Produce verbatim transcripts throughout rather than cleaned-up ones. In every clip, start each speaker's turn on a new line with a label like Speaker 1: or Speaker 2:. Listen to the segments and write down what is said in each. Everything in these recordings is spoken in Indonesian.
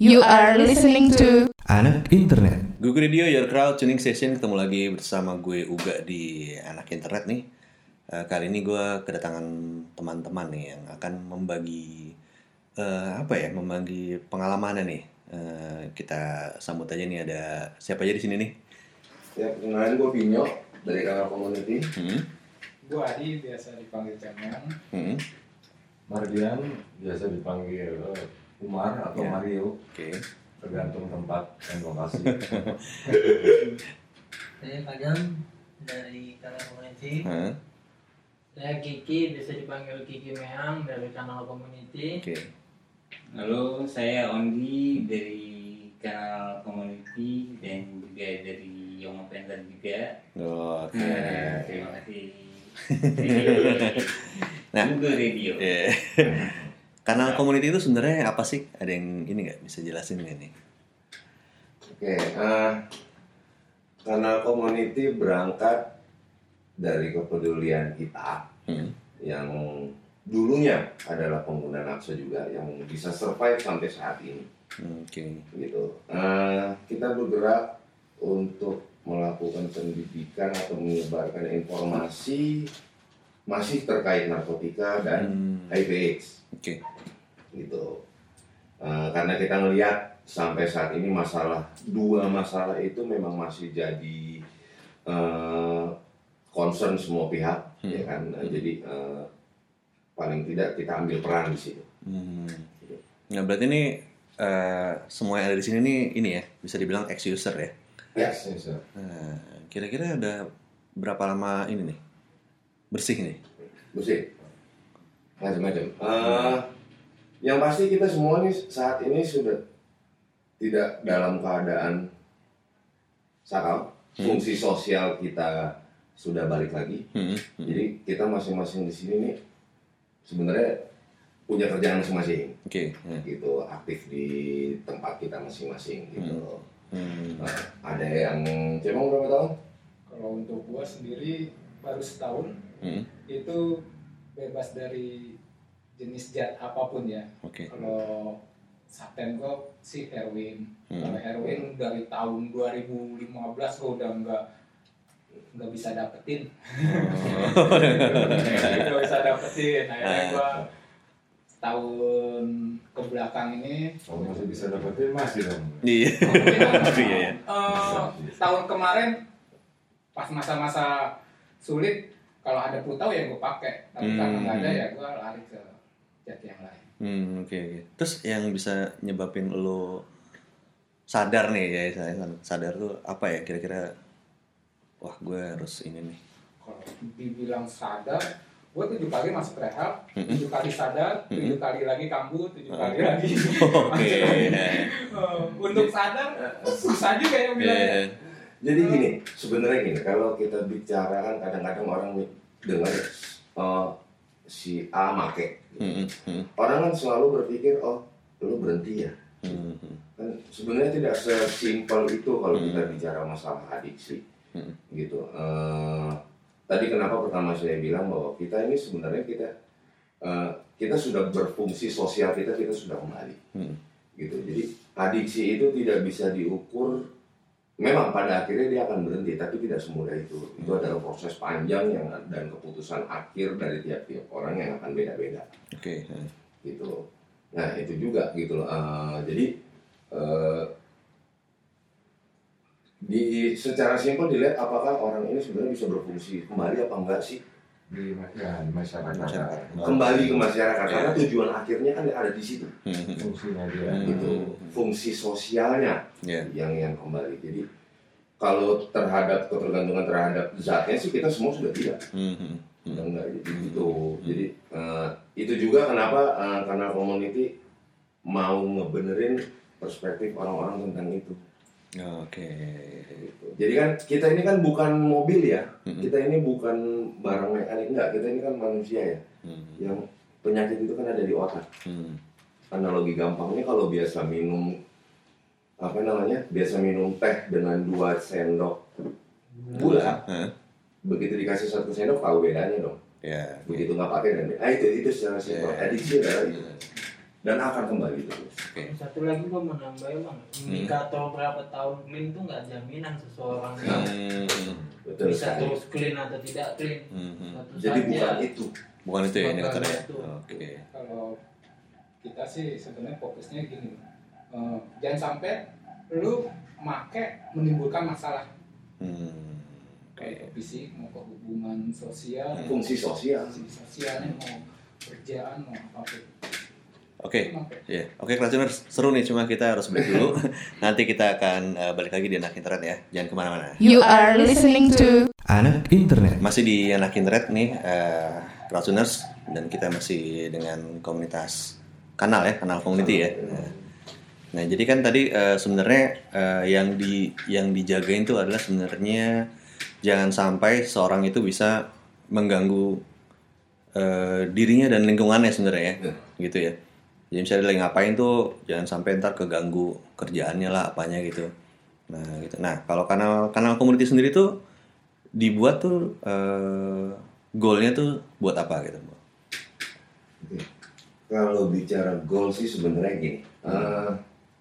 Speaker 1: You are listening to
Speaker 2: Anak Internet.
Speaker 3: Google Radio, Your Crowd Tuning Station. Ketemu lagi bersama gue Uga di Anak Internet nih. uh, Kali ini gue kedatangan teman-teman nih yang akan membagi uh, Apa ya, membagi pengalamannya nih. uh, Kita sambut aja nih, ada siapa aja di sini nih?
Speaker 4: Ya, kenalin gue Binyo dari kanal Community.
Speaker 3: hmm?
Speaker 5: Gue Adi, biasa dipanggil Cemeng.
Speaker 3: Hmm?
Speaker 6: Mardian biasa dipanggil Umar atau
Speaker 3: Ya.
Speaker 6: Mario,
Speaker 3: Oke.
Speaker 6: tergantung tempat dan lokasi.
Speaker 7: Saya Kadam dari kanal Community.
Speaker 3: Huh?
Speaker 7: Saya Kiki, bisa dipanggil Kiki Meang dari kanal Community.
Speaker 3: Oke.
Speaker 8: Halo, saya Ondi dari kanal Community dan juga dari Young Panther juga.
Speaker 3: Oke.
Speaker 8: Nah, terima kasih.
Speaker 3: Nah,
Speaker 8: Google Radio.
Speaker 3: yeah. Kanal Community itu sebenarnya apa sih? Ada yang ini nggak bisa jelasin nggak nih?
Speaker 4: Oke, uh, kanal Community berangkat dari kepedulian kita
Speaker 3: Hmm.
Speaker 4: yang dulunya adalah pengguna Nakso juga yang bisa survive sampai saat ini.
Speaker 3: Oke.
Speaker 4: Gitu. Uh, kita bergerak untuk melakukan pendidikan atau menyebarkan informasi masih terkait narkotika dan
Speaker 3: Hmm.
Speaker 4: H I V AIDS.
Speaker 3: Oke.
Speaker 4: Gitu. Uh, karena kita melihat sampai saat ini masalah dua masalah itu memang masih jadi uh, concern semua pihak,
Speaker 3: Hmm.
Speaker 4: ya kan. Uh, jadi uh, paling tidak kita ambil peran di situ.
Speaker 3: Hmm. Nah, berarti ini uh, semua yang ada di sini nih ini ya, bisa dibilang ex user ya.
Speaker 4: Yes.
Speaker 6: Yes, sir.
Speaker 3: Nah, kira-kira ada berapa lama ini nih bersih nih?
Speaker 4: Bersih. Macam-macam. Uh, yang pasti kita semua nih saat ini sudah tidak dalam keadaan sakau. Fungsi sosial kita sudah balik lagi.
Speaker 3: Hmm. Hmm.
Speaker 4: Jadi kita masing-masing di sini nih sebenarnya punya kerjaan masing-masing.
Speaker 3: Oke. Ya.
Speaker 4: Gitu, aktif di tempat kita masing-masing gitu.
Speaker 3: Hmm.
Speaker 4: Nah, ada yang cemong berapa tahun?
Speaker 5: Kalau untuk gue sendiri baru setahun,
Speaker 3: Hmm.
Speaker 5: itu bebas dari jenis zat apapun ya.
Speaker 3: Oke.
Speaker 5: Kalau saten gue sih heroin.
Speaker 3: Hmm.
Speaker 5: Kalau heroin dari tahun dua ribu lima belas gue udah nggak nggak bisa dapetin. Nggak bisa dapetin. Akhirnya gue tahun ke belakang ini
Speaker 6: Kalau masih bisa dapetin masih dong.
Speaker 3: Iya. Iya ya.
Speaker 5: Eh, tahun kemarin pas masa-masa sulit, kalau ada putau ya gue pakai, tapi
Speaker 3: Hmm.
Speaker 5: karena nggak ada ya gue lari ke zat yang lain.
Speaker 3: Hmm, oke oke. Terus yang bisa nyebabin lo sadar nih ya, saya sadar tuh apa ya kira-kira? Wah, gue harus ini nih.
Speaker 5: Kalau dibilang sadar, gue tujuh kali masuk rehab,
Speaker 3: Mm-mm.
Speaker 5: tujuh kali sadar, tujuh
Speaker 3: Mm-mm.
Speaker 5: kali lagi kambuh, tujuh kali
Speaker 3: Oke.
Speaker 5: lagi.
Speaker 3: Oke.
Speaker 5: Eh, untuk sadar susah juga ya bilangnya.
Speaker 3: Iya.
Speaker 4: Jadi gini, sebenarnya gini, kalau kita bicara kan kadang-kadang orang dengar uh, si A make,
Speaker 3: Hmm, hmm,
Speaker 4: orang kan selalu berpikir oh lu berhenti ya.
Speaker 3: hmm, hmm.
Speaker 4: Kan sebenarnya tidak sesimpel itu kalau
Speaker 3: Hmm.
Speaker 4: kita bicara masalah adiksi,
Speaker 3: Hmm.
Speaker 4: gitu. Uh, tadi kenapa pertama saya bilang bahwa kita ini sebenarnya kita uh, kita sudah berfungsi sosial kita kita sudah kembali,
Speaker 3: Hmm.
Speaker 4: gitu. Jadi adiksi itu tidak bisa diukur. Memang pada akhirnya dia akan berhenti, tapi tidak semudah itu. Itu adalah proses panjang yang dan keputusan akhir dari tiap-tiap orang yang akan beda-beda,
Speaker 3: Oke. hmm.
Speaker 4: gitu. Nah itu juga gitu loh. Uh, jadi uh, di secara simpel dilihat apakah orang ini sebenarnya bisa berfungsi kembali apa enggak sih?
Speaker 6: Di, ya, di masyarakat.
Speaker 3: Masyarakat.
Speaker 4: Kembali ke masyarakat karena tujuan akhirnya kan ada di situ,
Speaker 3: Hmm, hmm, hmm.
Speaker 6: Fungsinya dia.
Speaker 3: Hmm.
Speaker 4: gitu. Fungsi sosialnya
Speaker 3: Iya.
Speaker 4: yang yang kembali. Jadi kalau terhadap ketergantungan terhadap zatnya sih kita semua sudah tidak.
Speaker 3: Hmm, hmm, hmm.
Speaker 4: Udah enggak jadi gitu. Jadi eh, itu juga kenapa eh, karena Community mau ngebenerin perspektif orang-orang tentang itu.
Speaker 3: Oke.
Speaker 4: Gitu. Jadi kan kita ini kan bukan mobil ya.
Speaker 3: Hmm.
Speaker 4: Kita ini bukan barang mekanik enggak. Kita ini kan manusia ya.
Speaker 3: Hmm,
Speaker 4: Yang penyakit itu kan ada di otak.
Speaker 3: hmm.
Speaker 4: Analogi gampangnya kalau biasa minum apa namanya? Biasa minum teh dengan dua sendok gula,
Speaker 3: Hah?
Speaker 4: begitu dikasih satu sendok tahu bedanya dong.
Speaker 3: Ya.
Speaker 4: Begitu nggak pakai dan ah itu itu secara simpel
Speaker 3: Ya.
Speaker 4: adiksi adalah itu. dan akan kembali terus.
Speaker 3: Oke.
Speaker 7: Satu lagi gua mau nambahin bang, indikator berapa tahun clean itu nggak jaminan seseorang
Speaker 3: Hmm.
Speaker 4: Betul
Speaker 7: bisa
Speaker 4: sekali.
Speaker 7: terus clean atau tidak clean.
Speaker 3: Hmm.
Speaker 7: Suatu
Speaker 4: Jadi
Speaker 7: saat
Speaker 4: bukan
Speaker 7: ya,
Speaker 4: itu.
Speaker 3: Bukan itu ya
Speaker 7: Bukan
Speaker 3: indikatornya.
Speaker 7: itu.
Speaker 3: Oke.
Speaker 5: Kalau kita sih sebenarnya fokusnya gini, eh, jangan sampai lu make menimbulkan masalah
Speaker 3: Hmm.
Speaker 5: kayak ke fisik mau ke hubungan sosial,
Speaker 4: Fungsi sosial.
Speaker 5: fungsi sosialnya mau kerjaan mau apapun.
Speaker 3: Oke.
Speaker 5: Make.
Speaker 3: Ya, oke Krasuners, seru nih, cuma kita harus break dulu. Nanti kita akan uh, balik lagi di Anak Internet ya, jangan kemana-mana.
Speaker 1: You are listening to
Speaker 2: Anak Internet.
Speaker 3: Masih di Anak Internet nih, uh, Krasuners, dan kita masih dengan komunitas kanal ya, kanal community ya. Nah, nah jadi kan tadi uh, sebenarnya uh, yang di yang dijagain tuh adalah sebenarnya jangan sampai seorang itu bisa mengganggu uh, dirinya dan lingkungannya sebenarnya ya, gitu ya. Jadi misalnya dia lagi ngapain tuh jangan sampai ntar keganggu kerjaannya lah apanya gitu. Nah gitu. Nah kalau kanal kanal community sendiri tuh dibuat tuh uh, goalnya tuh buat apa gitu?
Speaker 4: Oke. Kalau bicara goal sih sebenarnya gini, uh,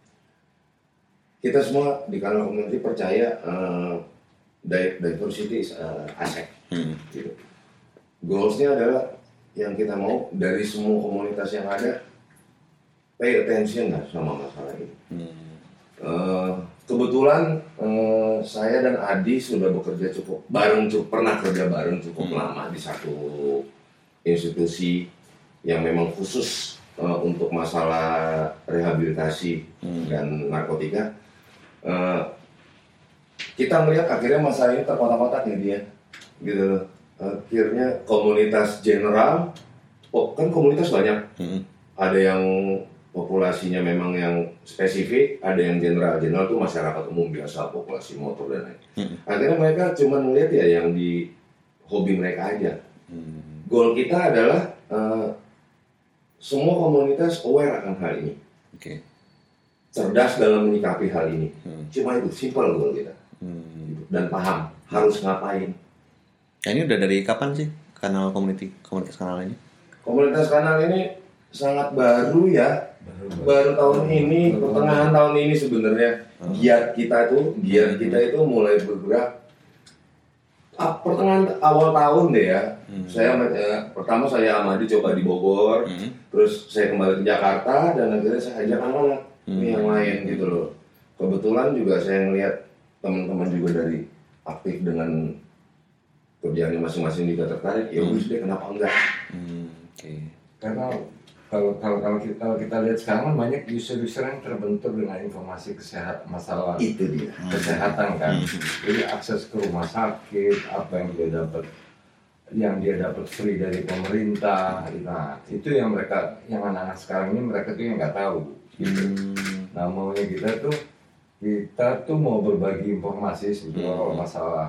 Speaker 4: kita semua di kanal community percaya uh, diversity is uh, asset.
Speaker 3: Hmm.
Speaker 4: Gitu. Goalsnya adalah yang kita mau dari semua komunitas yang ada, pay attention lah sama masalah ini.
Speaker 3: Hmm.
Speaker 4: Uh, kebetulan uh, saya dan Adi sudah bekerja cukup bareng, cukup pernah kerja bareng cukup
Speaker 3: Hmm.
Speaker 4: lama di satu institusi yang memang khusus uh, untuk masalah rehabilitasi
Speaker 3: Hmm.
Speaker 4: dan narkotika. Uh, kita melihat akhirnya masalah ini terkotak-kotak ya dia, gitu loh. Akhirnya komunitas general, oh, kan komunitas banyak,
Speaker 3: Hmm.
Speaker 4: ada yang populasinya memang yang spesifik, ada yang general. General itu masyarakat umum biasa, populasi motor dan lain.
Speaker 3: Hmm.
Speaker 4: Akhirnya mereka cuma melihat ya yang di hobi mereka aja.
Speaker 3: Hmm.
Speaker 4: Goal kita adalah uh, semua komunitas aware akan hal ini,
Speaker 3: Oke.
Speaker 4: cerdas dalam menyikapi hal ini.
Speaker 3: Hmm.
Speaker 4: Cuma itu simple goal kita,
Speaker 3: Hmm.
Speaker 4: dan paham harus ngapain.
Speaker 3: Nah, ini udah dari kapan sih kanal community komunitas kanal ini?
Speaker 4: Komunitas kanal ini sangat baru ya, baru tahun ini, pertengahan tahun ini sebenarnya. Giat kita itu, giat kita itu mulai bergerak. Ah, pertengahan awal tahun deh ya.
Speaker 3: Hmm.
Speaker 4: Saya eh, pertama saya Amadi coba di Bogor,
Speaker 3: Hmm.
Speaker 4: terus saya kembali ke Jakarta dan akhirnya saya ajak anak-anak
Speaker 3: Hmm.
Speaker 4: yang lain gitu loh. Kebetulan juga saya ngelihat teman-teman juga dari aktif dengan kerjaannya masing-masing juga tertarik. Ya wis deh, kenapa enggak?
Speaker 3: Hmm. Oke.
Speaker 6: Karena kalau kalau kalau kita, kalau kita lihat sekarang kan banyak user-user yang terbentur dengan informasi kesehatan masalah
Speaker 4: Itu dia.
Speaker 6: kesehatan kan.
Speaker 3: Hmm.
Speaker 6: Jadi akses ke rumah sakit, apa yang dia dapat, yang dia dapat free dari pemerintah. Nah itu yang mereka, yang anak-anak sekarang ini mereka tuh yang nggak tahu. Gitu.
Speaker 3: Hmm.
Speaker 6: Nah maunya kita tuh kita tuh mau berbagi informasi sebetulnya kalau masalah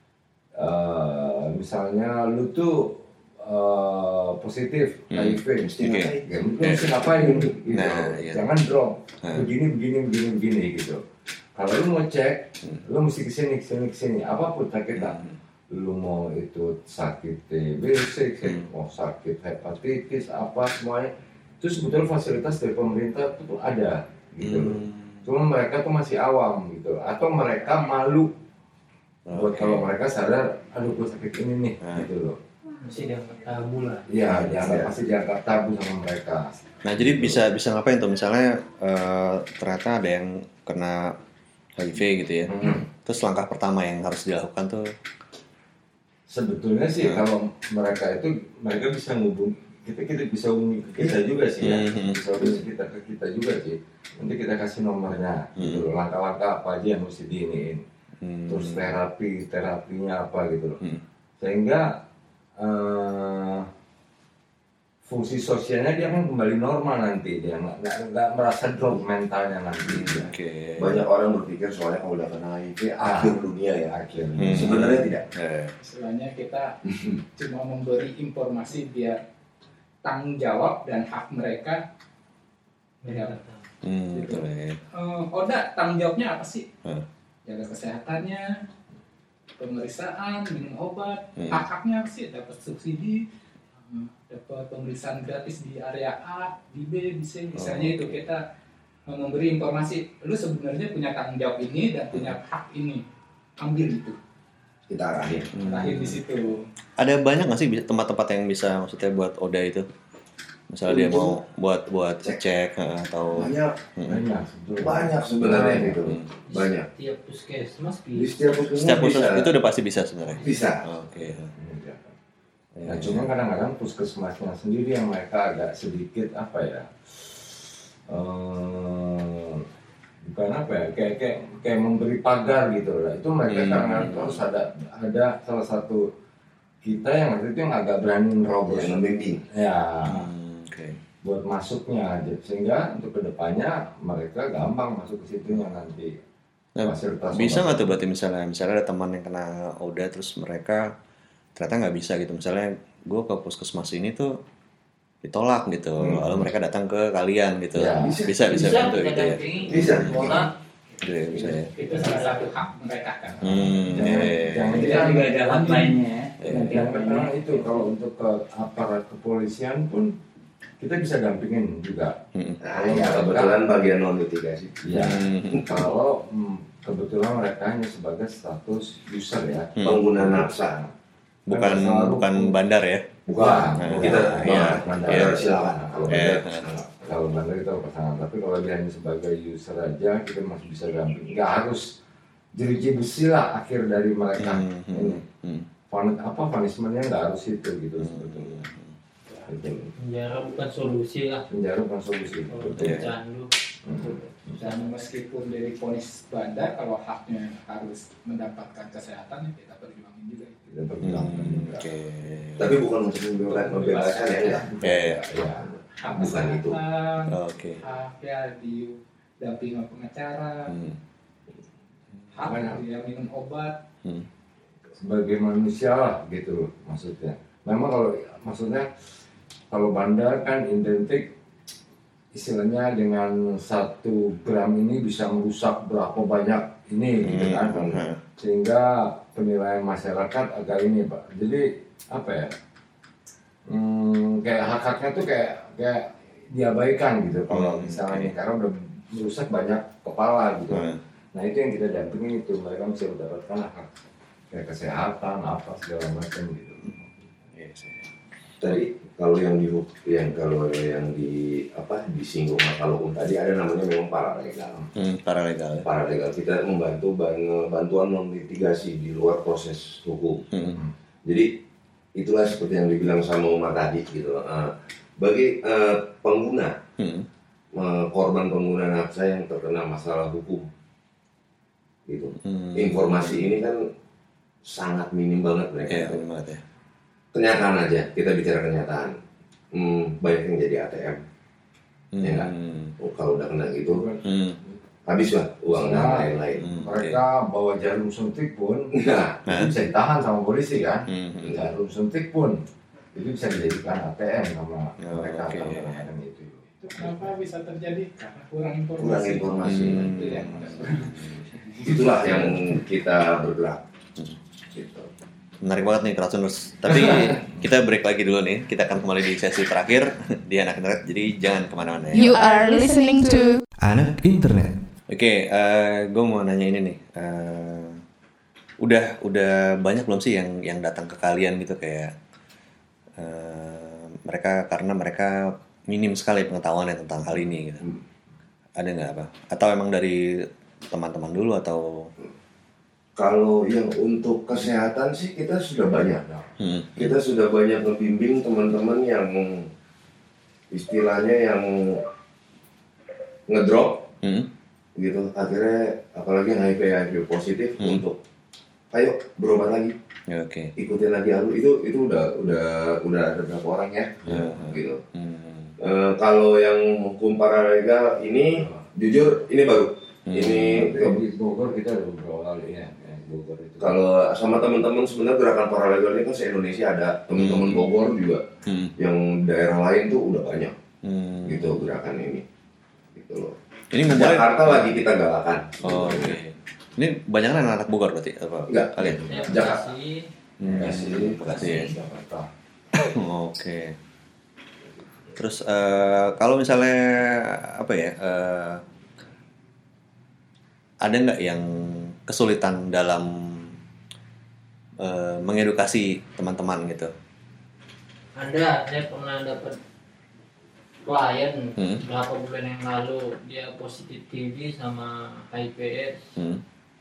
Speaker 6: uh, misalnya lu tuh uh, positif
Speaker 3: Hmm.
Speaker 6: H I V,
Speaker 4: Mesti
Speaker 3: Oke.
Speaker 4: ngapain?
Speaker 6: ya lu mesti ngapain gitu.
Speaker 3: Nah, iya.
Speaker 6: Jangan drop
Speaker 3: Nah.
Speaker 6: begini begini begini begini gitu. Kalau lu mau cek, lu mesti kesini kesini kesini. Apapun sakitnya,
Speaker 3: Hmm.
Speaker 6: lu mau itu sakit T B C,
Speaker 3: Hmm.
Speaker 6: mau sakit hepatitis apa semuanya, itu sebetulnya fasilitas dari pemerintah itu ada gitu loh.
Speaker 3: Hmm.
Speaker 6: Cuma mereka tuh masih awam gitu, atau mereka malu buat
Speaker 3: Oke.
Speaker 6: kalau mereka sadar, aduh gue sakit ini nih,
Speaker 3: Nah.
Speaker 6: gitu loh.
Speaker 7: Masih dianggap tabu lah.
Speaker 6: Iya, jangan
Speaker 4: Iya.
Speaker 6: pasti dianggap tabu sama mereka.
Speaker 3: Nah, jadi bisa bisa ngapain tuh? Misalnya eh, ternyata ada yang kena H I V gitu ya.
Speaker 6: Hmm.
Speaker 3: Terus langkah pertama yang harus dilakukan tuh
Speaker 6: Sebetulnya sih
Speaker 3: Hmm.
Speaker 6: kalau mereka itu mereka bisa ngubung kita kita bisa hubungi ke kita juga sih ya,
Speaker 3: Hmm.
Speaker 6: bisa hubungi kita ke kita juga sih. Nanti kita kasih nomornya, gitu loh. Langkah-langkah apa aja yang mesti diiniin.
Speaker 3: hmm.
Speaker 6: Terus terapi terapinya apa gitu loh.
Speaker 3: Hmm.
Speaker 6: Sehingga eh, fungsi sosialnya dia kan kembali normal nanti, dia nggak nggak nggak merasa drop mentalnya nanti.
Speaker 3: Oke.
Speaker 4: Banyak orang berpikir soalnya kalau udah kena H I V
Speaker 6: Ah.
Speaker 4: akhir dunia ya.
Speaker 6: Akhirnya.
Speaker 3: Hmm.
Speaker 4: Sebenarnya tidak.
Speaker 3: Eh,
Speaker 5: Istilahnya kita cuma memberi informasi biar tanggung jawab dan hak mereka. Ya.
Speaker 3: hmm, betul ya.
Speaker 5: Eh, Oda, tanggung jawabnya apa sih?
Speaker 3: Hmm.
Speaker 5: Jaga kesehatannya, pemeriksaan, minum obat,
Speaker 3: Hmm.
Speaker 5: hak-haknya apa sih? Dapat subsidi, dapat pemeriksaan gratis di area A, di B, di C, misalnya itu kita memberi informasi, lu sebenarnya punya tanggung jawab ini dan punya hak ini, ambil itu.
Speaker 4: Kita arahin.
Speaker 5: Terakhir di situ.
Speaker 3: Ada banyak nggak sih bisa- tempat-tempat yang bisa maksudnya buat Oda itu? Misalnya dia mau buat buat cek eh, atau
Speaker 4: Banyak,
Speaker 6: Banyak sebetulnya.
Speaker 4: banyak sebenarnya gitu.
Speaker 3: Hmm.
Speaker 4: Banyak.
Speaker 7: Tiap puskesmas
Speaker 4: Di
Speaker 7: bisa.
Speaker 4: setiap puskesmas
Speaker 3: setiap
Speaker 4: bisa.
Speaker 3: puskesmas itu udah pasti bisa sebenarnya.
Speaker 4: Bisa.
Speaker 3: Oke.
Speaker 6: Nah, cuma kadang-kadang puskesmasnya sendiri yang mereka agak sedikit apa ya, eh, bukan apa ya, kayak kayak kayak memberi pagar gitu lah. Itu mereka
Speaker 3: Hmm.
Speaker 6: kadang-kadang terus ada ada salah satu kita yang waktu itu yang agak berani nerobos,
Speaker 4: Yang membimbing.
Speaker 6: ya
Speaker 3: Hmm, Oke.
Speaker 6: buat masuknya aja, sehingga untuk kedepannya mereka gampang masuk ke situnya nanti.
Speaker 3: Nah,
Speaker 6: Fasilitas
Speaker 3: bisa
Speaker 6: obat.
Speaker 3: nggak tuh berarti misalnya misalnya ada teman yang kena Oda terus mereka ternyata nggak bisa gitu, misalnya gue ke puskesmas ini tuh ditolak gitu,
Speaker 6: Hmm.
Speaker 3: lalu mereka datang ke kalian gitu,
Speaker 6: Ya.
Speaker 3: bisa bisa bisa,
Speaker 7: Bisa,
Speaker 3: bantu
Speaker 7: kita
Speaker 3: gitu ya,
Speaker 7: dampingi.
Speaker 4: Bisa.
Speaker 7: Bola.
Speaker 3: gitu ya, bisa ya.
Speaker 5: Itu salah satu hak mereka kan.
Speaker 3: Hmm,
Speaker 6: Jangan-
Speaker 3: iya, iya,
Speaker 6: jangan
Speaker 3: iya.
Speaker 8: Kita juga ada hotline-nya ya.
Speaker 3: Iya.
Speaker 8: Nanti
Speaker 6: Yang
Speaker 8: hotline-nya.
Speaker 6: pertama itu kalau untuk ke aparat kepolisian pun kita bisa dampingin juga.
Speaker 3: Hmm.
Speaker 4: Nah, ya kebetulan bagian non litigasi.
Speaker 6: Ya,
Speaker 3: Hmm.
Speaker 6: kalau hmm, kebetulan mereka hanya sebagai status user ya,
Speaker 3: Hmm.
Speaker 4: Pengguna nafsa.
Speaker 3: bukan
Speaker 6: Masalah
Speaker 3: bukan
Speaker 6: hukum.
Speaker 3: bandar ya.
Speaker 6: Bukan.
Speaker 3: Nah,
Speaker 4: Kita
Speaker 3: iya,
Speaker 6: bandar.
Speaker 3: iya.
Speaker 4: silakan. Kalau
Speaker 3: Iya.
Speaker 4: bandar,
Speaker 6: Kalau bandar kita pasangan, tapi kalau dia hanya sebagai user aja kita masih bisa damping. Nggak harus jeruji besi lah akhir dari mereka.
Speaker 3: Hmm, hmm,
Speaker 6: Ini
Speaker 3: hmm.
Speaker 6: Pun- apa punishmentnya nggak harus itu gitu sebetulnya. Itu.
Speaker 7: Penjara bukan solusi lah.
Speaker 6: Penjara bukan solusi.
Speaker 7: Kalau
Speaker 6: Betul.
Speaker 3: Iya.
Speaker 7: candu.
Speaker 6: Hmm.
Speaker 5: Dan meskipun dari vonis bandar, kalau haknya harus mendapatkan kesehatan, ya kita perjuangin juga.
Speaker 6: Kita perjuangkan
Speaker 3: Hmm,
Speaker 6: juga.
Speaker 3: Oke.
Speaker 4: Tapi bukan untuk membebaskan, membebaskan ya enggak.
Speaker 3: Iya, iya.
Speaker 6: Ya.
Speaker 5: Hak
Speaker 4: Bukan itu.
Speaker 5: kesehatan,
Speaker 3: Oke.
Speaker 5: hak ya didampingi pengacara,
Speaker 3: Hmm.
Speaker 5: hak
Speaker 6: Banyak.
Speaker 5: dia minum obat.
Speaker 3: Hmm.
Speaker 6: Sebagai manusia lah gitu loh maksudnya. Memang kalau maksudnya kalau bandar kan identik istilahnya dengan satu gram ini bisa merusak berapa banyak ini gitu kan.
Speaker 3: Hmm.
Speaker 6: Sehingga penilaian masyarakat agak ini Pak. Jadi apa ya? Hmm, kayak hak-haknya tuh kayak kayak diabaikan gitu kalau
Speaker 3: Hmm,
Speaker 6: misalnya
Speaker 3: oke.
Speaker 6: karena udah merusak banyak kepala gitu.
Speaker 3: Hmm.
Speaker 6: Nah itu yang kita dampingin itu mereka bisa mendapatkan hak kayak kesehatan apa segala macam gitu.
Speaker 3: Iya sih.
Speaker 4: Tadi kalau yang di yang kalau yang di apa disinggung masalah hukum tadi ada namanya memang paralegal.
Speaker 3: Hmm, paralegal. ya.
Speaker 4: Paralegal kita membantu ban- bantuan non litigasi di luar proses hukum.
Speaker 3: Hmm.
Speaker 4: Jadi itulah seperti yang dibilang sama Umar tadi gitu. Uh, bagi uh, pengguna,
Speaker 3: Hmm.
Speaker 4: uh, korban pengguna nafsa yang terkena masalah hukum, gitu.
Speaker 3: Hmm.
Speaker 4: Informasi ini kan sangat minim banget mereka.
Speaker 3: Iya, benar banget ya.
Speaker 4: Kenyataan aja, kita bicara kenyataan. Hmm, banyak yang jadi A T M. Ya nggak?
Speaker 3: Hmm.
Speaker 4: Oh, kalau udah kena gitu,
Speaker 3: Hmm.
Speaker 4: habis lah uang dan
Speaker 6: Nah,
Speaker 4: lain-lain.
Speaker 3: Hmm.
Speaker 6: Mereka bawa jarum suntik pun
Speaker 4: Nah,
Speaker 3: Nah.
Speaker 6: itu bisa ditahan sama polisi kan.
Speaker 3: Hmm. Hmm.
Speaker 6: Jarum suntik pun itu bisa dijadikan A T M sama
Speaker 3: Oh,
Speaker 6: mereka
Speaker 3: oke.
Speaker 6: kadang-kadang itu.
Speaker 5: Itu kenapa bisa terjadi? Karena kurang informasi.
Speaker 4: kurang informasi.
Speaker 3: Hmm.
Speaker 5: Itu yang
Speaker 4: Itulah yang kita bergerak. Gitu.
Speaker 3: Menarik banget nih Crowdtuners. Tapi kita break lagi dulu nih. Kita akan kembali di sesi terakhir di Anak Internet. Jadi jangan kemana-mana ya.
Speaker 1: You are listening to
Speaker 2: Anak Internet.
Speaker 3: Oke, gue mau nanya ini nih. Eh, udah udah banyak belum sih yang yang datang ke kalian gitu kayak eh, mereka karena mereka minim sekali pengetahuannya tentang hal ini gitu. Ada nggak apa? Atau emang dari teman-teman dulu atau?
Speaker 4: Kalau yang untuk kesehatan sih kita sudah banyak.
Speaker 3: Hmm.
Speaker 4: Kita sudah banyak membimbing teman-teman yang istilahnya yang ngedrop
Speaker 3: Hmm.
Speaker 4: gitu. Akhirnya apalagi yang H I V H I V positif
Speaker 3: Hmm.
Speaker 4: untuk ayo berobat lagi,
Speaker 3: Ya, oke.
Speaker 4: ikutin lagi alur itu itu udah udah udah ada berapa orang ya,
Speaker 3: Ya.
Speaker 4: gitu.
Speaker 3: Hmm.
Speaker 4: E, kalau yang hukum paralegal ini jujur ini baru.
Speaker 3: Hmm.
Speaker 4: Ini
Speaker 6: Tapi di Bogor kita ada beberapa kali ya, ya Bogor itu.
Speaker 4: kalau sama teman-teman sebenarnya gerakan paralegal ini kan se-Indonesia ada, teman-teman
Speaker 3: Hmm.
Speaker 4: Bogor juga,
Speaker 3: Hmm.
Speaker 4: yang daerah lain tuh udah banyak
Speaker 3: Hmm.
Speaker 4: gitu gerakan ini, gitu loh.
Speaker 3: Ini ngumpulin.
Speaker 4: Jakarta lagi kita galakan.
Speaker 3: Oh, oke. Ini banyak kan anak Bogor berarti apa?
Speaker 4: Enggak.
Speaker 3: Kalian?
Speaker 7: Ya,
Speaker 4: Jakarta.
Speaker 7: Bekasi.
Speaker 3: Hmm.
Speaker 4: Bekasi.
Speaker 3: Bekasi ya.
Speaker 6: Jakarta.
Speaker 3: Oke. Terus eh, kalau misalnya apa ya? eh, ada nggak yang kesulitan dalam eh, mengedukasi teman-teman gitu?
Speaker 7: Ada, saya pernah dapat klien
Speaker 3: Hmm.
Speaker 7: berapa bulan yang lalu, dia positif T B sama H I V AIDS.
Speaker 3: Hmm.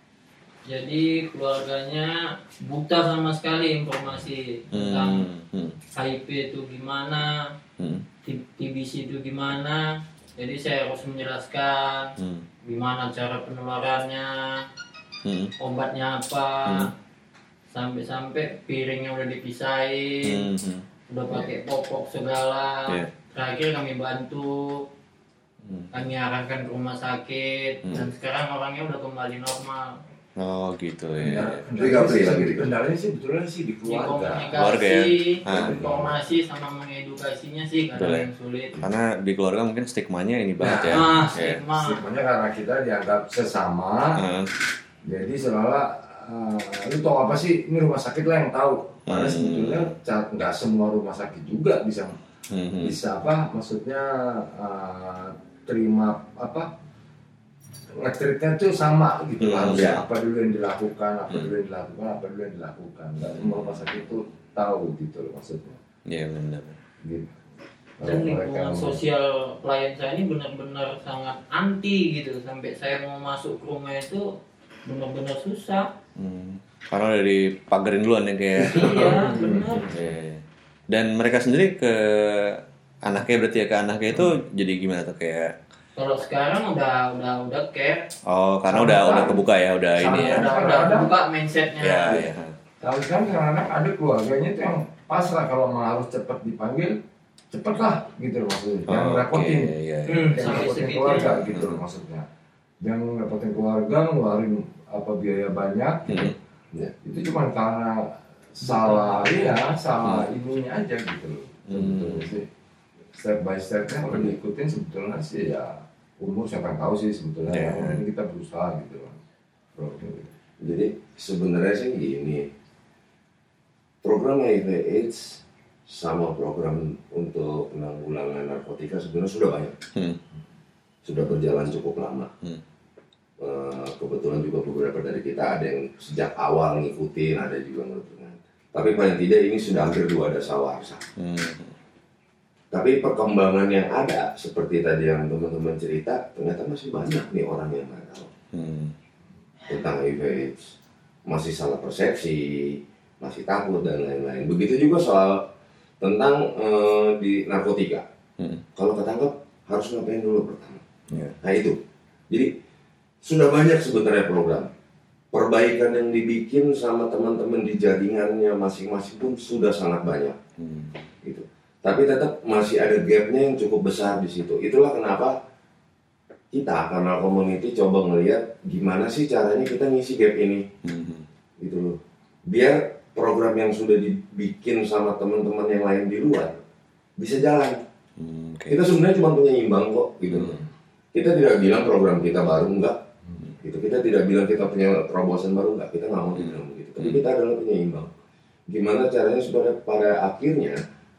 Speaker 7: Jadi keluarganya buta sama sekali informasi tentang
Speaker 3: Hmm. Hmm.
Speaker 7: H I V itu gimana,
Speaker 3: Hmm.
Speaker 7: T B C itu gimana. Jadi saya harus menjelaskan
Speaker 3: Hmm.
Speaker 7: gimana cara penularannya,
Speaker 3: Hmm.
Speaker 7: obatnya apa,
Speaker 3: Hmm.
Speaker 7: sampai-sampai piringnya udah dipisahin,
Speaker 3: Hmm. Hmm.
Speaker 7: udah pakai popok segala.
Speaker 3: Iya.
Speaker 7: Terakhir kami bantu,
Speaker 3: Hmm.
Speaker 7: kami arahkan ke rumah sakit,
Speaker 3: Hmm.
Speaker 7: dan sekarang orangnya udah kembali normal.
Speaker 3: Oh gitu ya.
Speaker 4: Tiga April lagi, tiga.
Speaker 6: Kendalanya sih betulnya sih di
Speaker 7: Di
Speaker 6: keluarga.
Speaker 3: Keluarga ya?
Speaker 7: komunikasi,
Speaker 3: Ah.
Speaker 7: informasi sama mengedukasinya sih
Speaker 3: Betul
Speaker 7: kadang
Speaker 3: ya.
Speaker 7: yang sulit.
Speaker 3: Karena di keluarga mungkin stigmanya ini banget ya.
Speaker 7: Ah,
Speaker 3: Ya.
Speaker 7: stigma.
Speaker 6: Stigmanya karena kita dianggap sesama,
Speaker 3: Ah.
Speaker 6: jadi seolah uh, lu tau apa sih, ini rumah sakit lah yang tahu. Padahal
Speaker 3: Hmm.
Speaker 6: sebetulnya ca- nggak semua rumah sakit juga bisa
Speaker 3: Hmm.
Speaker 6: bisa apa, maksudnya uh, terima apa nge-treatnya tuh sama gitu.
Speaker 3: Hmm,
Speaker 6: Harus
Speaker 4: ya.
Speaker 6: apa dulu yang dilakukan, apa
Speaker 3: Hmm.
Speaker 6: dulu yang dilakukan, apa dulu yang dilakukan. Nggak semua rumah sakit itu tahu gitu loh maksudnya.
Speaker 3: Iya benar.
Speaker 6: Gitu.
Speaker 7: Dan
Speaker 6: Kalau mereka
Speaker 7: lingkungan
Speaker 6: mau-
Speaker 7: sosial klien saya ini benar-benar sangat anti gitu, sampai saya mau masuk ke rumah itu benar-benar susah.
Speaker 3: Hmm. Karena udah dipagerin duluan yang kayak.
Speaker 7: Iya, benar.
Speaker 3: Iya. Dan mereka sendiri ke anaknya berarti ya, ke anaknya itu jadi gimana tuh kayak?
Speaker 7: Kalau sekarang udah udah udah care,
Speaker 3: Oh karena udah udah kebuka ya, udah ini ya.
Speaker 7: udah udah buka mindsetnya.
Speaker 3: Ya ya.
Speaker 6: Kalau sekarang kadang-kadang ada keluarganya tuh yang pasrah kalau mau harus cepat dipanggil, cepet lah gitu loh maksudnya. Jangan
Speaker 3: Oh,
Speaker 6: repotin,
Speaker 3: oke, iya, iya.
Speaker 7: Hmm,
Speaker 6: jangan
Speaker 7: sampai
Speaker 6: repotin
Speaker 7: segitu.
Speaker 6: keluarga gitu loh maksudnya. Jangan repotin keluarga, ngeluarin apa biaya banyak. Gitu.
Speaker 3: Hmm.
Speaker 6: Ya, itu cuma karena salah ya, salah ininya aja gitu loh. Sebetulnya
Speaker 3: Hmm.
Speaker 6: sih. Step by stepnya kalau diikutin sebetulnya sih ya umur siapa yang tahu sih sebetulnya.
Speaker 3: Ya.
Speaker 6: Yang penting kita berusaha gitu loh. Bro.
Speaker 4: Jadi sebenarnya sih gini, program H I V AIDS sama program untuk penanggulangan narkotika sebenarnya sudah banyak,
Speaker 3: Hmm.
Speaker 4: sudah berjalan cukup lama.
Speaker 3: Hmm.
Speaker 4: Eh, kebetulan juga beberapa dari kita ada yang sejak awal ngikutin, ada juga ngikutin. Tapi paling tidak ini sudah hampir dua dasawarsa.
Speaker 3: Hmm.
Speaker 4: Tapi perkembangan yang ada seperti tadi yang teman-teman cerita, ternyata masih banyak nih orang yang nggak tahu
Speaker 3: Hmm.
Speaker 4: tentang H I V AIDS, masih salah persepsi, masih takut dan lain-lain. Begitu juga soal tentang eh, di narkotika.
Speaker 3: Hmm.
Speaker 4: Kalau ketangkep harus ngapain dulu pertama?
Speaker 3: Ya.
Speaker 4: Nah itu. Jadi sudah banyak sebenarnya program. Perbaikan yang dibikin sama teman-teman di jaringannya masing-masing pun sudah sangat banyak.
Speaker 3: Hmm.
Speaker 4: Gitu. Tapi tetap masih ada gapnya yang cukup besar di situ. Itulah kenapa kita kanal community coba ngelihat gimana sih caranya kita ngisi gap ini,
Speaker 3: Hmm.
Speaker 4: gitu loh. Biar program yang sudah dibikin sama teman-teman yang lain di luar bisa jalan.
Speaker 3: Hmm. Oke.
Speaker 4: Kita sebenarnya cuma punya imbang kok, gitu loh.
Speaker 3: Hmm.
Speaker 4: Kita tidak bilang program kita baru, enggak. Gitu. Kita tidak bilang kita punya terobosan baru, enggak. Kita nggak mau dibilang begitu. Tapi kita adalah penyeimbang. Gimana caranya supaya pada akhirnya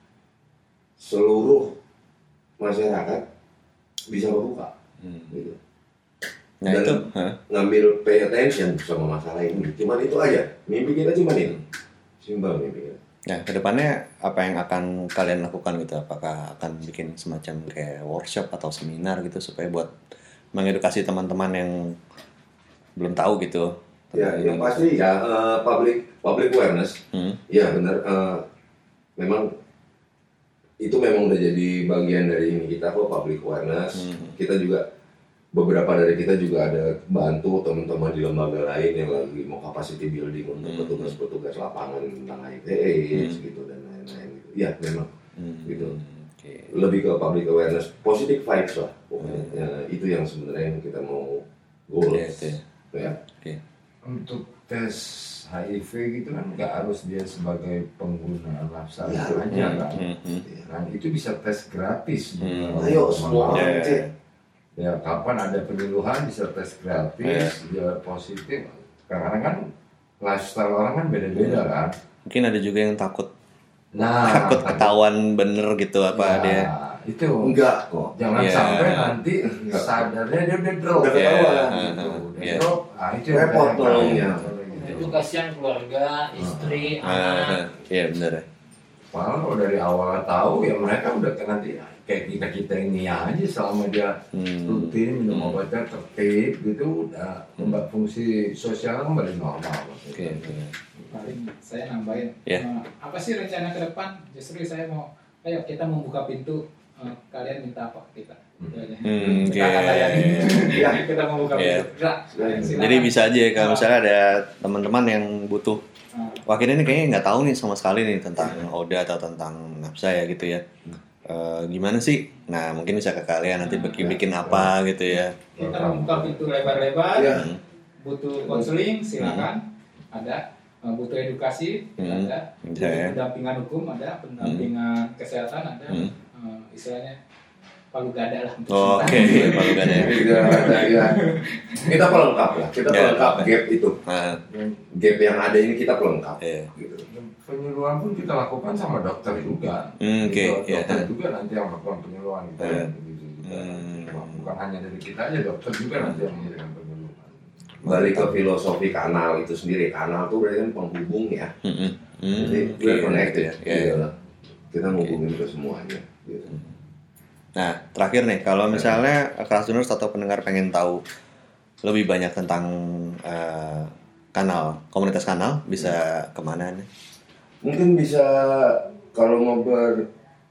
Speaker 4: seluruh masyarakat bisa membuka,
Speaker 3: Hmm.
Speaker 4: gitu.
Speaker 3: Nah
Speaker 4: Dan-
Speaker 3: itu. Hah?
Speaker 4: Ngambil pay attention sama masalah ini. Cuman itu aja. Mimpi kita cuma itu. Simpel mimpi kita.
Speaker 3: Nah, kedepannya apa yang akan kalian lakukan gitu? Apakah akan bikin semacam kayak workshop atau seminar gitu supaya buat mengedukasi teman-teman yang belum tahu gitu?
Speaker 4: Ya,
Speaker 3: tentang
Speaker 4: yang
Speaker 3: ini?
Speaker 4: pasti ya eh, public public awareness.
Speaker 3: Hmm.
Speaker 4: Ya benar. eh, memang itu memang udah jadi bagian dari ini kita kok, public awareness.
Speaker 3: Hmm.
Speaker 4: Kita juga beberapa dari kita juga ada bantu teman-teman di lembaga lain yang lagi mau capacity building untuk
Speaker 3: Hmm.
Speaker 4: petugas-petugas lapangan tentang H I V AIDS
Speaker 3: Hmm.
Speaker 4: gitu dan lain-lain gitu. Ya memang
Speaker 3: Hmm.
Speaker 4: Gitu.
Speaker 3: Oke.
Speaker 4: lebih ke public awareness, positive vibes lah pokoknya.
Speaker 3: Hmm.
Speaker 4: Ya, itu yang sebenarnya yang kita mau goals.
Speaker 3: Iya, itu ya.
Speaker 4: Ya.
Speaker 3: Oke.
Speaker 6: Untuk tes H I V gitu kan nggak harus dia sebagai pengguna nafsa
Speaker 4: Ya,
Speaker 6: itu aja kan.
Speaker 3: Hmm. Hmm.
Speaker 6: Nah itu bisa tes gratis.
Speaker 3: Hmm.
Speaker 6: Kalau
Speaker 4: Ayo,
Speaker 6: teman-teman
Speaker 4: semua
Speaker 6: mau.
Speaker 4: orang
Speaker 3: Ya,
Speaker 4: cek.
Speaker 6: Ya kapan ada penyuluhan bisa tes gratis, dia positif. Karena kan lifestyle orang kan beda-beda kan.
Speaker 3: Mungkin ada juga yang takut
Speaker 6: Nah,
Speaker 3: takut ketahuan bener gitu apa
Speaker 6: ya,
Speaker 3: dia.
Speaker 6: itu
Speaker 4: Enggak kok.
Speaker 6: jangan
Speaker 3: Ya.
Speaker 6: sampai nanti sadarnya dia udah drop.
Speaker 4: Udah
Speaker 6: Ya,
Speaker 4: ketahuan.
Speaker 6: gitu. Udah
Speaker 3: Ya.
Speaker 6: drop. Ah, itu
Speaker 4: Repot
Speaker 6: yang
Speaker 4: nolongnya.
Speaker 7: Itu kasihan keluarga, istri,
Speaker 3: Ah,
Speaker 7: anak.
Speaker 3: ah, iya bener.
Speaker 6: Malah kalau dari awal tahu ya mereka udah ke nanti kayak kita kita ini aja selama dia
Speaker 3: Hmm.
Speaker 6: rutin minum obatnya tertib gitu udah mbak fungsi sosial kembali normal.
Speaker 3: Oke. oke.
Speaker 5: Paling saya nambahin
Speaker 3: Ya.
Speaker 5: eh, apa sih rencana ke depan? Justru saya mau, ayo kita membuka pintu, eh, kalian minta apa ke kita? Itu aja.
Speaker 3: Hmm,
Speaker 5: Kita akan
Speaker 3: oke.
Speaker 5: layani.
Speaker 4: Ya.
Speaker 5: Kita membuka
Speaker 3: Ya.
Speaker 5: pintu. Ra, silakan.
Speaker 3: Jadi bisa aja ya, kalau misalnya ada teman-teman yang butuh,
Speaker 5: Ah,
Speaker 3: wah kita ini kayaknya nggak tahu nih sama sekali nih tentang Oda atau tentang Napsa ya gitu ya. Eh, gimana sih? Nah mungkin bisa ke kalian nanti bikin bikin apa gitu ya.
Speaker 5: kita membuka pintu lebar-lebar.
Speaker 4: Ya.
Speaker 5: Butuh konseling, silakan. Ada. Eh, butuh edukasi,
Speaker 3: Hmm.
Speaker 5: ada.
Speaker 3: Bisa
Speaker 5: Butuh
Speaker 3: ya.
Speaker 5: pendampingan hukum, ada. Pendampingan kesehatan, ada.
Speaker 3: Hmm.
Speaker 5: Eh, istilahnya palu gada lah. untuk
Speaker 3: Oke,
Speaker 5: sementara.
Speaker 3: kalau nggak ada ya.
Speaker 4: Tidak ada ya. Kita pelengkap lah. Kita
Speaker 3: Ya.
Speaker 4: pelengkap gap itu.
Speaker 3: Nah,
Speaker 4: Gap yang ada ini kita pelengkap.
Speaker 3: iya.
Speaker 4: Gitu.
Speaker 6: Penyuluhan pun kita lakukan sama dokter juga.
Speaker 3: Hmm, oke,
Speaker 6: Gitu,
Speaker 3: ya.
Speaker 6: dokter juga nanti yang melakukan penyuluhan kita.
Speaker 3: Ya.
Speaker 6: Gitu juga.
Speaker 3: Hmm.
Speaker 6: Bukan hanya dari kita aja, dokter juga nanti yang memberikan penyuluhan.
Speaker 4: Balik ke filosofi kanal itu sendiri. Kanal tuh berarti kan penghubung ya.
Speaker 3: Hmm, hmm.
Speaker 4: Jadi
Speaker 3: Oke,
Speaker 4: we're connected.
Speaker 3: ya. Ya, ya.
Speaker 4: Gitu. Kita ngubungin ke semuanya. Gitu.
Speaker 3: Nah, terakhir nih, kalau misalnya Krasuners atau pendengar pengen tahu lebih banyak tentang eh, kanal, komunitas kanal, bisa kemana nih?
Speaker 4: Mungkin bisa kalau mau ber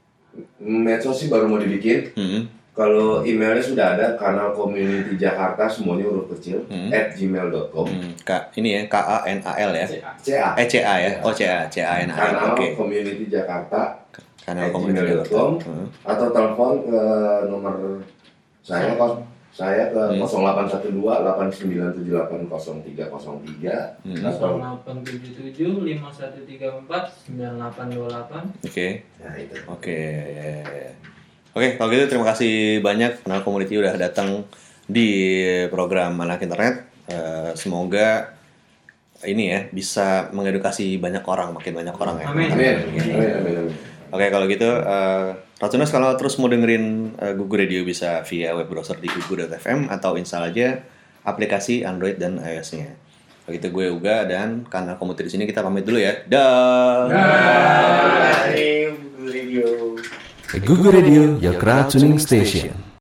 Speaker 4: medsos sih baru mau dibikin.
Speaker 3: Hmm.
Speaker 4: Kalau emailnya sudah ada, kanal community Jakarta semuanya huruf kecil
Speaker 3: Hmm.
Speaker 4: at gmail dot com.
Speaker 3: Hmm. K, ini ya, K A N A L ya?
Speaker 5: C A.
Speaker 4: C A
Speaker 3: Eh, C A ya? Oh, C A, C A N A L,
Speaker 4: kanal
Speaker 3: oke.
Speaker 4: community Jakarta
Speaker 3: Kanal
Speaker 4: at
Speaker 3: komunitas
Speaker 4: gmail dot com.
Speaker 3: Hmm.
Speaker 4: atau telepon ke nomor saya kos saya ke
Speaker 3: Hmm.
Speaker 4: nol delapan satu dua delapan sembilan tujuh delapan nol tiga nol tiga
Speaker 3: Hmm.
Speaker 4: atau
Speaker 7: nol delapan tujuh tujuh lima satu tiga empat sembilan delapan dua delapan.
Speaker 3: Oke.
Speaker 4: nah itu.
Speaker 3: Oke, ya, ya, ya. Oke, kalau gitu terima kasih banyak Kanal Community udah datang di program Anak Internet. Eh, semoga ini ya bisa mengedukasi banyak orang, makin banyak orang ya.
Speaker 7: Amin.
Speaker 4: Amin. Amin, amin, amin.
Speaker 3: Oke, kalau gitu uh, Ratuners kalau terus mau dengerin uh, Gugu Radio bisa via web browser di gugu dot f m atau install aja aplikasi Android dan iOS-nya. Kalau gitu gue Uga dan Kanal Community di sini kita pamit dulu ya. Dah.
Speaker 4: Bye. Gugu Radio.
Speaker 1: Gugu Radio, your crowd tuning station.